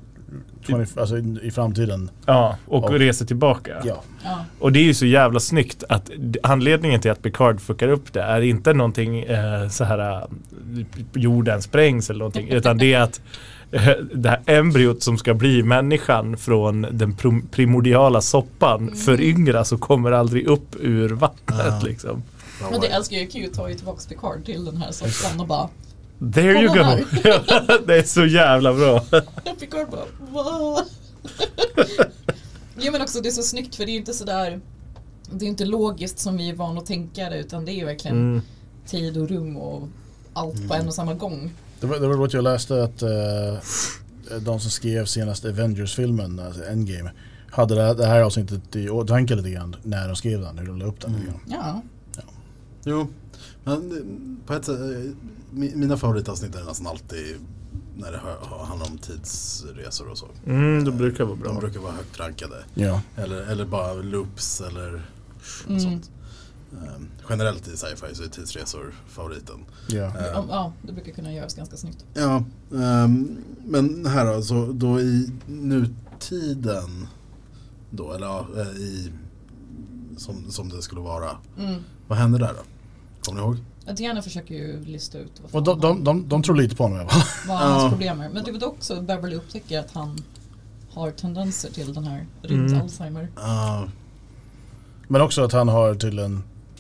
i framtiden. Ja, och reser tillbaka. Ja. Och det är ju så jävla snyggt att anledningen till att Picard fuckar upp det är inte någonting så här jorden sprängs eller någonting, utan det är att det här embryot som ska bli människan från den primordiala soppan föryngras och kommer aldrig upp ur vattnet liksom. Men det älskar ju Q, tar ju tillbaka Picard till den här soppan och bara There you go! Det är så jävla bra. Picard bara va? Ja, men också det är så snyggt för det är inte sådär, det är inte logiskt som vi är vana att tänka det, utan det är ju verkligen tid och rum och allt på en och samma gång. Det var vad jag läste att de som skrev senaste Avengers-filmen, alltså Endgame, hade det här avsnittet i åtanke lite grann när de skrev den, hur de la upp den. Ja. Jo, men på ett sätt, mina favoritavsnitt är nästan alltid när det handlar om tidsresor och så. Det brukar vara bra. De brukar vara högt rankade. Ja. Eller bara loops eller sånt. Generellt i sci-fi så är tidsresor favoriten. Ja. Ja, det brukar kunna göras ganska snyggt. Ja, men här alltså, då i nutiden då, eller i som det skulle vara. Vad händer där då? Kommer ni ihåg? Diana försöker ju lista ut och de tror lite på honom i alla fall. Vad hans problem är. Men det var också Beverly upptäcker att han har tendenser till den här rymd-Alzheimer. Men också att han har till en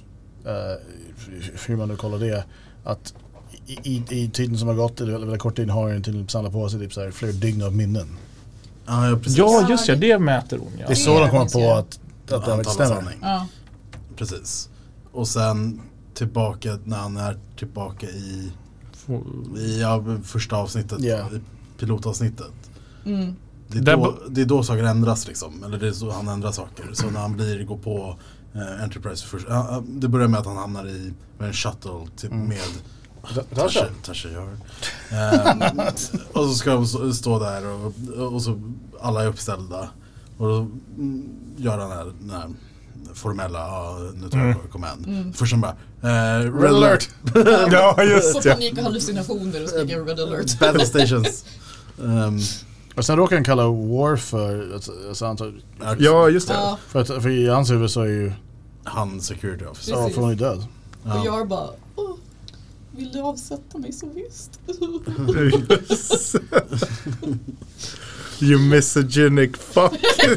hur man nu kollar det, att i tiden som har gått, eller väldigt kort tid, har han till samla på sig typ så här flera dygn av minnen. Ja, precis. Ja, just det mäter hon. Ja. Det är så de kommer på att det inte stämmer. Ja. Precis. Och sen tillbaka när han är tillbaka i I första avsnittet, i pilotavsnittet. Det är då saker ändras liksom. Eller det är så han ändrar saker. Så när han går på Enterprise först. Det börjar med att han hamnar i en shuttle med Tasha Yar. Och så ska de stå där och så alla är uppställda. Och då gör han den här formella command. Först som bara Red alert. Ja, just det. Så panik och hallucinationer och skriker Red alert. Battle stations. Och sen råkar han kalla War för ja, just det. För i hans huvud så är ju han security officer. Ja, för hon är död. Och jag bara vill du avsätta mig så visst? You misogynic fuck.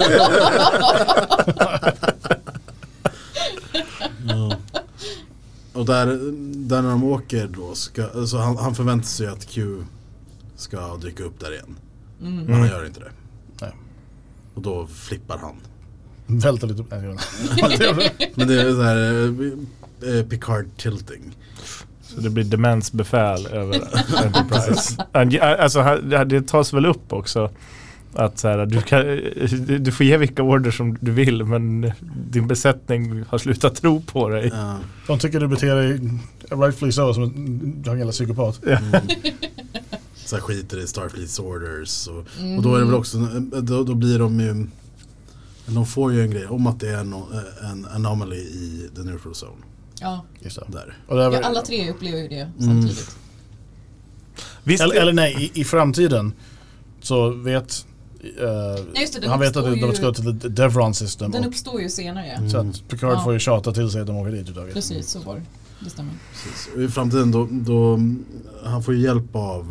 Och där när de åker då så han förväntar sig att Q ska dyka upp där igen. Men han gör inte det. Nej. Och då flippar han. Välter lite. Men det är så här Picard tilting. Så det blir demensbefäl över Enterprise. Alltså det tas väl upp också att så här, du får ge vilka order som du vill, men din besättning har slutat tro på dig. De tycker du beter dig rightfully so som en jävla psykopat. Så här skiter i Starfleet's orders och då är det väl också då blir de ju, de får ju en grej om att det är en anomaly i the neutral zone. Ja. Just det. Där. Och där Ja, alla tre upplever ju det samtidigt. Eller nej, i framtiden så vet han vet att de ska till the Devron system. Den uppstår ju senare. Så att Picard får ju tjata till sig att de åker dit uttaget. Precis, så var det. Det stämmer. Precis. Och i framtiden då han får ju hjälp av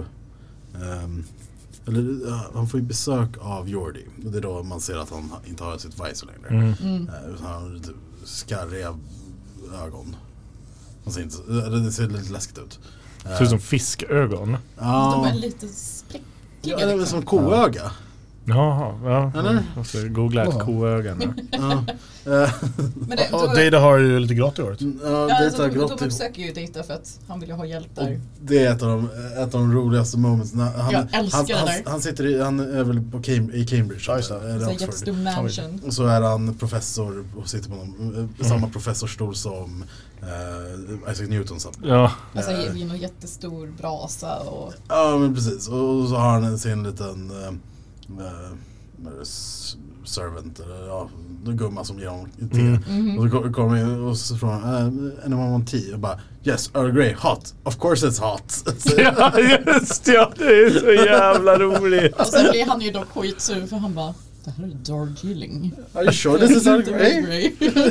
han får ju besök av Geordi. Och det är då man ser att han inte har sitt visor längre. Han har lite skarriga ögon. Det ser lite läskigt ut. Det ser ut som fiskögon. De är lite spräckiga. Ja, det är som koöga. Jaha, ja. Eller? Jag ska googla ett koögan. Men och Data har ju lite grått i året. Data de söker ju Data för att han vill ju ha hjälp där. Och det är ett av de roligaste moments. Jag älskar det där. Han är väl i Cambridge. Jättestor mansion. Och så är han professor och sitter på samma professorstol som Isaac Newton. Ja. Alltså ger någon jättestor brasa. Ja, men precis. Och så har han sin liten servant eller gumma som ger honom te. Och så kommer in och så frågar han anyone want tea? Och bara yes, Earl Grey, hot. Of course it's hot. Ja, just det. Det är så jävla roligt. Och sen blir han ju dock skitsur för han bara det här är Darjeeling. Are you sure this is Earl Grey?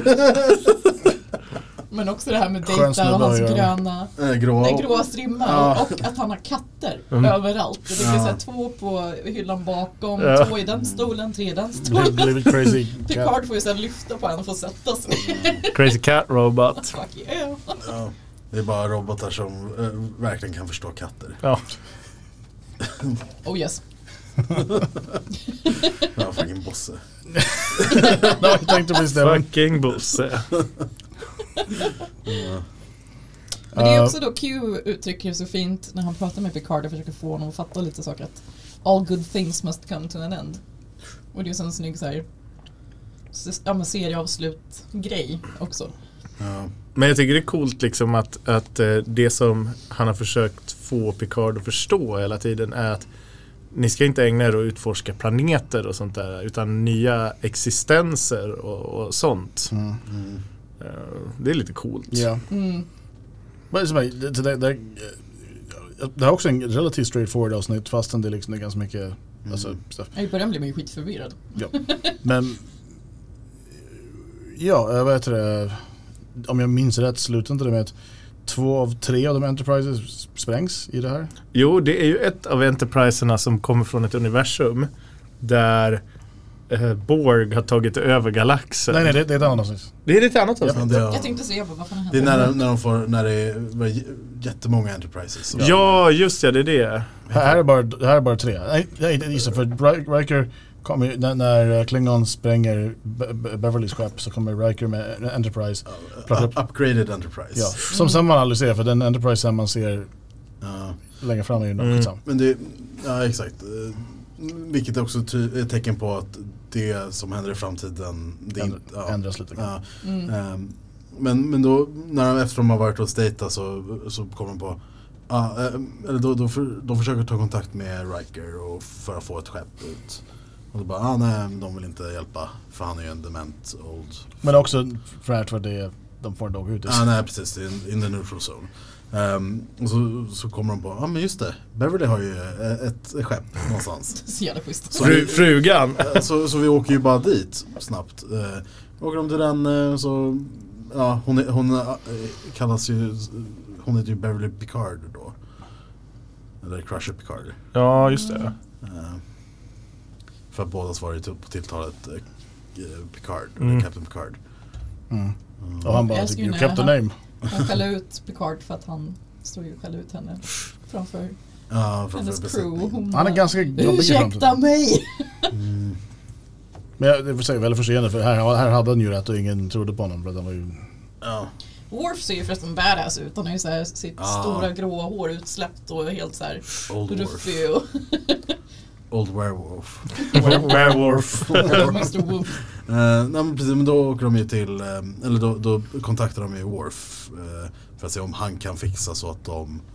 Men också det här med Data och hans gråa strimmar och att han har katter överallt. Det ligger så här 2 på hyllan bakom, 2 i den stolen, 3 i den stolen. Crazy Picard får ju sen lyfta på henne och få sätta sig. Crazy cat robot. Fuck yeah. Ja, det är bara robotar som verkligen kan förstå katter. Ja. Oh yes. Ja, fucking bosse. Jag tänkte precis det. Fucking bosse. Men det är också då Q uttrycker så fint när han pratar med Picard och försöker få honom att fatta lite saker att all good things must come to an end. Och det är ju en snygg så här serieavslut-grej också. Ja. Men jag tycker det är coolt liksom att det som han har försökt få Picard att förstå hela tiden är att ni ska inte ägna er att utforska planeter och sånt där utan nya existenser och sånt. Det är lite coolt. Ja. Det är också en relativt straightforward avsnitt fastän det liksom är ganska mycket stuff. I början blev man ju skitförvirrad. Ja. Men vad heter det? Om jag minns rätt slutar inte det med att 2 av 3 av de Enterprises sprängs i det här? Jo, det är ju ett av Enterpriserna som kommer från ett universum där Borg har tagit över galaxen. Nej, det är ett annat avsnitt. Det är ett annat avsnitt. Jag tänkte säga vad fan händer. Det är när det är jättemånga Enterprises. Ja, just det, det är det. Här är bara 3. Nej, just det, för Riker kommer när Klingon spränger Beverlys skepp så kommer Riker med Enterprise. Upgraded Enterprise. Ja, som man aldrig ser för den Enterprise man ser längre fram är ju något liksom. Men det, ja exakt. Vilket är också ett tecken på att det som händer i framtiden det ändras lite. Ja. Men då när efter de har varit hos Data så kommer de på eller de försöker ta kontakt med Riker och för att få ett skepp ut. Och då bara, nej, de vill inte hjälpa för han är ju en dement old. Men också för det de får dog ut. Nej, precis, in the neutral zone. Och så kommer de på, men just det, Beverly har ju ett skepp någonstans. Så jävla schysst. Frugan. Så vi åker ju bara dit snabbt. Åker de till den så, ja, hon kallas ju, hon heter ju Beverly Picard då. Eller Crusher Picard. Ja, just det. För att båda svarar ju på tilltalet Picard, eller Captain Picard. Och han bara, you kept the name. Han skäller ut Picard för att han står ju och skäller ut henne framför hennes crew. Han är ganska jobbig. Ursäkta mig! Men det får säga väldigt försenande för här hade han ju rätt och ingen trodde på honom för att han var ju... Worf ser ju förresten badass ut. Han har ju så här sitt stora gråa hår utsläppt och helt så här ruffig och... Old werewolf. Werewolf. Mr. Wolf. Nej, men precis, men då åker de ju till eller då kontaktar de ju Worf för att se om han kan fixa så att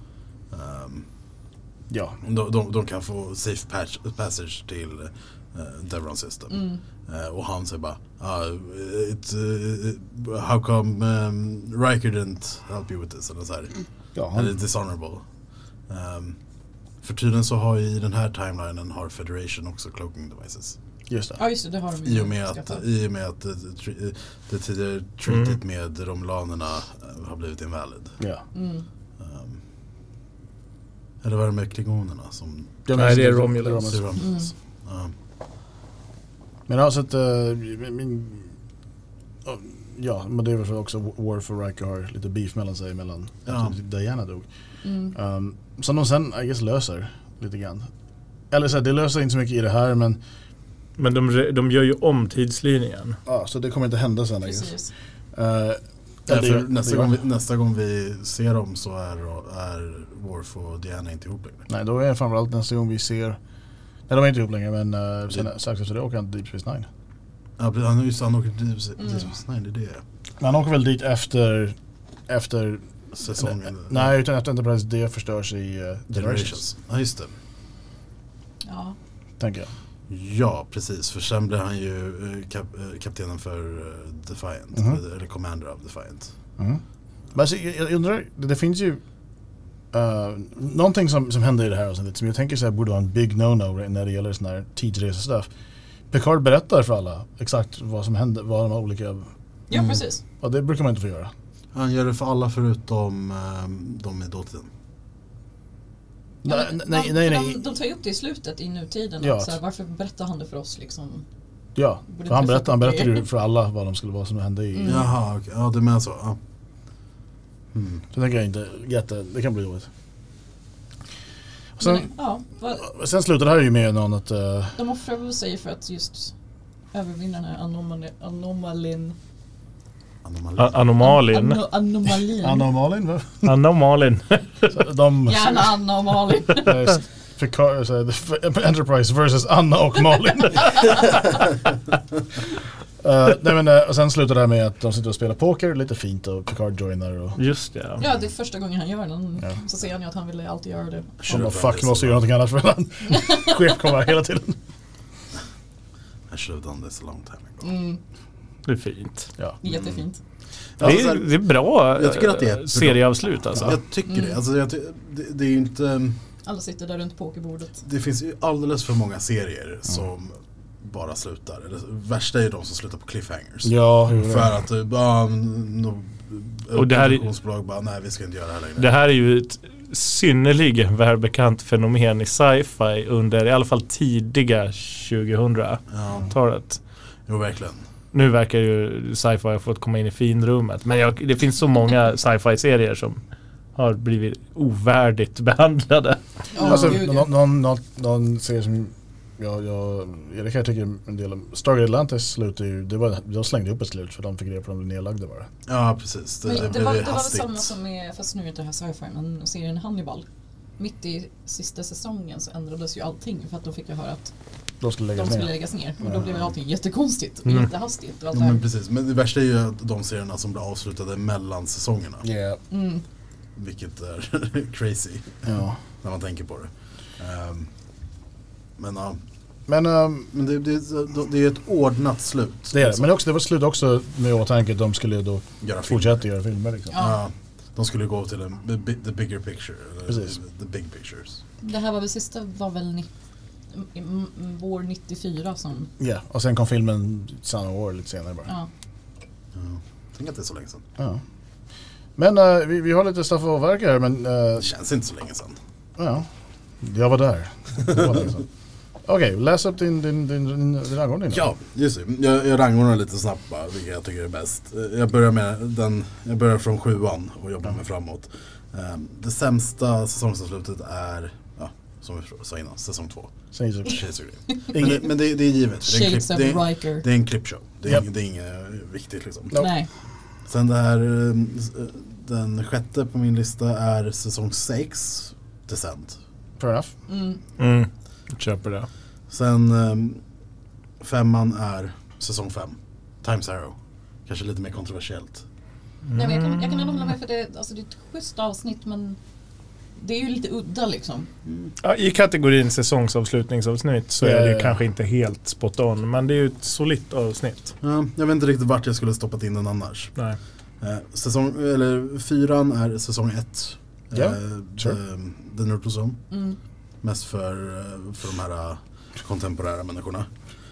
de kan få safe passage till Devron system. Och han säger bara how come Riker didn't help you with this eller så här. Eller dishonorable. För tydligen så har i den här timelinen har Federation också cloaking devices. Just det. Ja, just det har de ju. I och med att det tidigare treatet med romulanerna har blivit invalid. Ja. Eller var det med klingonerna som... Nej, det är Romulans. Men jag har sett ja, men det är väl också Worf och Riker har lite beef mellan sig mellan Diana dog. Som de sen I guess löser lite grann. Eller så här, det löser inte så mycket i det här men de gör ju om tidslinjen. Ja, så det kommer inte hända sen. Precis. Nästa gång vi ser dem så är Worf och Diana inte ihop längre. Nej, då är framförallt nästa gång vi ser... Nej, de är inte ihop längre, men sen strax efter det åker han till Deep Space Nine. Ja, han åker till Deep Space Nine, det är det. Men han åker väl dit efter säsongen? Nej, utan efter Enterprise D förstörs i Generations. Ja, just det. Ja. Tänker jag. Ja, precis. För sen blir han ju kaptenen för Defiant. Eller commander of Defiant. Men alltså, jag undrar, det finns ju någonting som händer i det här avsnittet som jag tänker så här borde vara en big no-no när det gäller sån här tidsresa-stuff. Picard berättar för alla exakt vad som händer, vad de olika... Ja, precis. Och det brukar man inte få göra. Han gör det för alla förutom de i dåtiden. Nej. De tar ju upp det i slutet i nutiden. Ja. Så här, varför berättar han det för oss liksom? Ja, för han berättade ju för alla vad de skulle vara som hände i... Jaha, okej. Ja, det menar så. Ja. Så tänker jag inte, det kan bli jobbigt. Sen slutar det här ju med någon att... De offrar väl sig för att just övervinna den här anomalin. Gärna Anna och Malin. Enterprise versus Anna och Malin. Och sen slutar det här med att de sitter och spelar poker, lite fint, och Picard joinar. Och... Just det. Ja, det är första gången han gör den. Så ser han ju att han ville alltid göra det. Fuck, måste göra någonting annat för han chef kommer hela tiden. I should have done this a long time ago. Det är fint. Ja. Jättefint. Det är bra. Jag tycker att det är serieavslut alltså. Jag tycker det. Alltså, det är ju inte... Alla sitter där runt pokerbordet. Det finns ju alldeles för många serier som bara slutar. Det värsta är ju de som slutar på cliffhangers. Ja, för att och det här nej, vi ska inte göra det här längre. Det här är ju ett synnerligen fenomen i sci-fi under i alla fall tidiga 2000-talet. Jo, verkligen. Nu verkar ju sci-fi ha fått komma in i finrummet. Men det finns så många sci-fi-serier som har blivit ovärdigt behandlade. Någon serie som jag tycker en del av Stargate Atlantis slutar ju, de slängde upp ett slut för de fick reda på att de blev nedlagda bara. Ja, precis. Det var väl samma som med, fast nu är inte det här sci-fi, men serien Hannibal. mitt i sista säsongen så ändrades ju allting för att de fick ju höra att De skulle läggas ner. Och då blev allting jättekonstigt och jättehastigt. Och allt Ja, men precis. Men det värsta är ju att de serierna som blir avslutade mellan säsongerna. Yeah. Vilket är crazy. Ja. När man tänker på det. Men ja. Men Det är ett ordnat slut. det är det. Men det var slut också med åtanke att de skulle då Göra fortsätta göra filmer. Liksom. Ja. De skulle gå till the bigger picture. Precis. The big pictures. Det här var väl sista var väl vår 94 som... Ja, och sen kom filmen samma år lite senare bara. Ja. Tänk att det är så länge sedan. Ja. Men vi har lite stuff att avverka här, men... Det känns inte så länge sedan. Ja, jag var där. Okej, läs upp din rangordning. Ja, just det. Jag rangordnar lite snabbt bara, vilka jag tycker är bäst. Jag börjar från 7:an och jobbar mig framåt. Det sämsta säsongsavslutet är, som vi sa innan, säsong 2. Shades of Grey. Men det är givet. Shades of Riker. Det är en clipshow. Det är inget viktigt liksom. Nope. Nej. Sen den sjätte på min lista är säsong 6, Descent. Fair enough. Köper det. Sen 5:an är säsong 5, Times Arrow. Kanske lite mer kontroversiellt. Nej, men jag kan ändå hålla med för det är ett schysst avsnitt men det är ju lite udda liksom. Ja, i kategorin säsongsavslutningsavsnitt så är det kanske inte helt spot on, men det är ju ett solitt avsnitt. Ja, jag vet inte riktigt vart jag skulle stoppat in den annars. Nej. 4:an är säsong 1. Sure. The Neutral Zone. Mest för de här kontemporära människorna.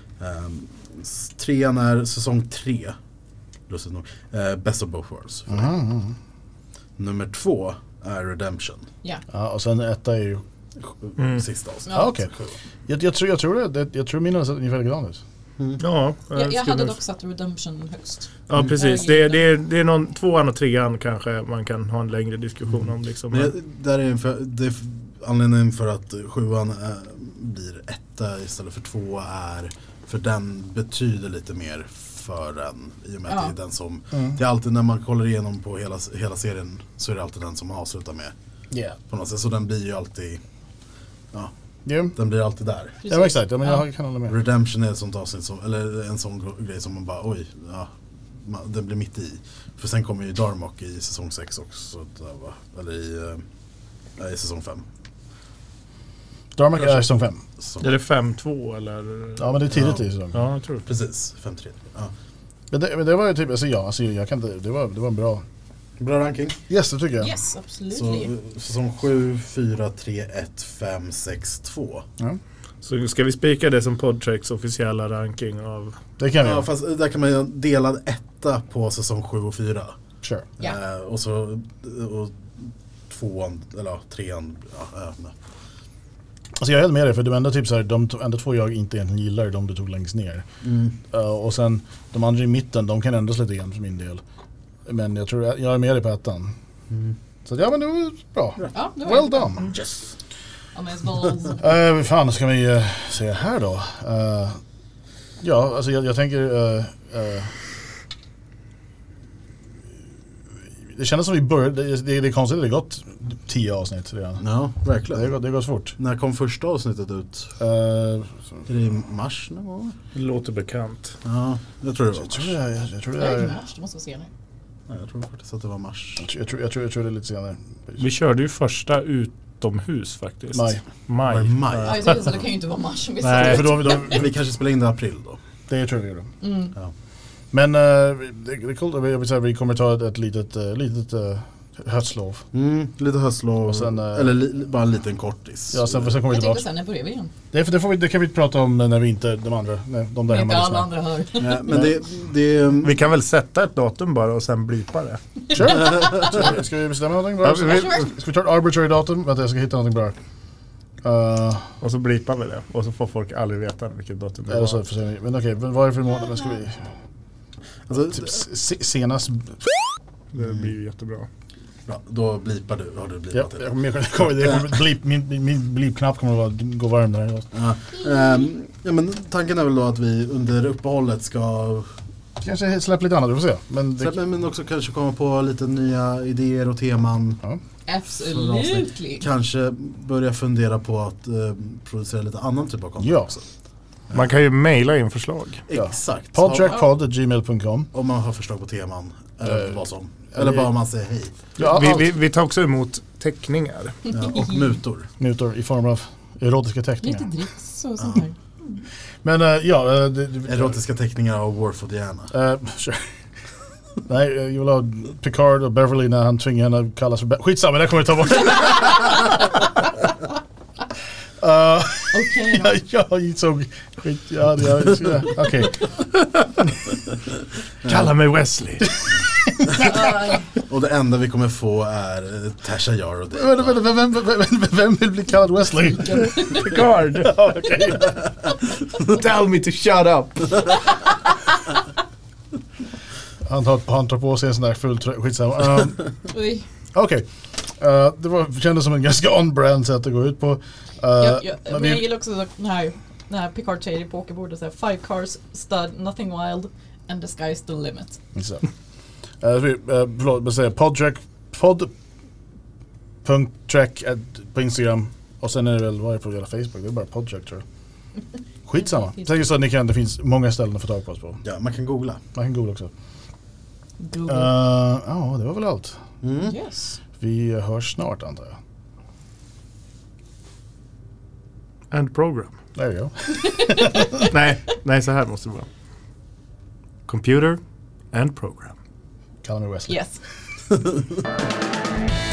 3:an är säsong 3. Lustigt nog. Best of Both Worlds. Nummer 2 är Redemption. Ja, och sen 1 är ju... Sista avsnitt. Ja, okej. Jag tror mina är ungefär likadant ut. Ja, Jag hade dock satt Redemption högst. Ja, precis. Det är någon 2:an och 3:an kanske man kan ha en längre diskussion om. Liksom. Men där är anledningen för att 7:an blir 1 istället för 2 är för den betyder lite mer för en i och med att det är den som det är alltid när man kollar igenom på hela serien så är det alltid den som avslutar med på något sätt, så den blir ju alltid den blir alltid där. Precis. Ja, exakt. Men jag kan hålla med. Redemption är ett sånt avsnitt eller en sån grej som man bara den blir mitt i. För sen kommer ju Darmok i säsong 6 också eller i säsong 5. Darmok är säsong 5. Är det 5-2 eller? Ja, men det är tidigt i säsong. Ja, jag tror det. Precis, 5-3. Ja. Men det var ju typ, jag kan inte, det var en bra ranking. Yes, det tycker jag. Yes, absolut. Så säsong 7, 4, 3, 1, 5, 6, 2. Ja. Så ska vi spika det som Podtreks officiella ranking av... Det kan vi göra. Fast där kan man ju dela 1 på säsong 7 och 4. Sure. Och så 2:an, eller 3:an. Alltså jag är helt med dig, för de enda typ så här, de enda 2 jag inte egentligen gillar är de du tog längst ner. Och sen de andra i mitten, de kan ändras lite grann för min del. Men jag tror jag är med dig på 1:an. Så men det var bra. Ja, det var Well done. Yes. Fan, ska vi se här då? Ja, alltså jag tänker... det känns som vi började... Det är konstigt att det har gått 10 avsnitt redan. Ja, verkligen. Det går fort. När kom första avsnittet ut? Är det i mars någon gång? Det låter bekant. Ja, jag tror det var mars. Jag tror det Det är är... mars, det måste vara senare. Nej, jag tror faktiskt att det var mars. Jag tror det är lite senare. Vi körde ju första utomhus faktiskt. Maj. Var det maj? Ja, jag tänkte så det kan ju inte vara mars. Nej, för då Vi kanske spelar in det i april då. det tror jag vi gjorde. Ja. Men det är coolt. Jag vill säga, vi kommer ta ett litet höstlov. Lite höstlov. Och sen, eller bara en liten kortis. Ja, sen kommer vi Jag tänkte tillbaka. sen, när börjar vi igen? Det kan vi prata om när vi inte, de andra, de där hemma Inte alla lyssnar. andra hör. Ja, men det Vi kan väl sätta ett datum bara och sen blipa det. Sure. Ska vi bestämma någonting bra? Ska vi ta ett arbitrary datum? Vänta, jag ska hitta någonting bra. Och så blipar vi det. Och så får folk aldrig veta vilket datum det Eller så, var. men okej, vad är det för månad? Ska vi... alltså, Typ senast... Det blir ju jättebra. bra, då blipar du. Har du blipat det? Min blip-knapp kommer att gå varm där. Ja, men tanken är väl då att vi under uppehållet ska kanske släppa lite annat, vi får se. Men också kanske komma på lite nya idéer och teman. Ja. Absolutely. Kanske börja fundera på att producera lite annan typ av content också. Man kan ju mejla in förslag. Exakt. Podtrackpod@gmail.com. Om man har förslag på teman eller vad som. Eller bara om man säger hej. Ja, Vi tar också emot teckningar. Och mutor. mutor i form av erotiska teckningar. Lite dricks och sånt här. Men Erotiska teckningar av War for Diana. Sure. Nej, jag vill ha Picard och Beverly när han tvingar henne att kallas för skitsamma, det kommer jag ta bort. Okej då. Jag såg skit. Okej. Kalla mig Wesley. Och det enda vi kommer få är Tasha Yar och det. Vem vill bli kallad Wesley? Picard. Okay. Tell me to shut up. Han tar på sig en sån där full skitsamma. Oj. Okej. Det kändes som en ganska on-brand sätt att gå ut på. Men jag gillar också den här Picard säger på åkerbordet så här, 5 cars, stud, nothing wild and the sky's the limit. Så. Förlåt, jag säger pod.track på Instagram och sen är det väl, vad är det på hela Facebook? Det är bara podtrack tror jag. Skitsamma. Tänk så att det finns många ställen att få tag på oss på. Ja, man kan googla. Man kan googla också. Google. Ja, det var väl allt. Yes. Vi hörs snart antar jag. End program. There you go. nej, så här måste det vara. Computer, end program. Kalla mig Wesley. Yes.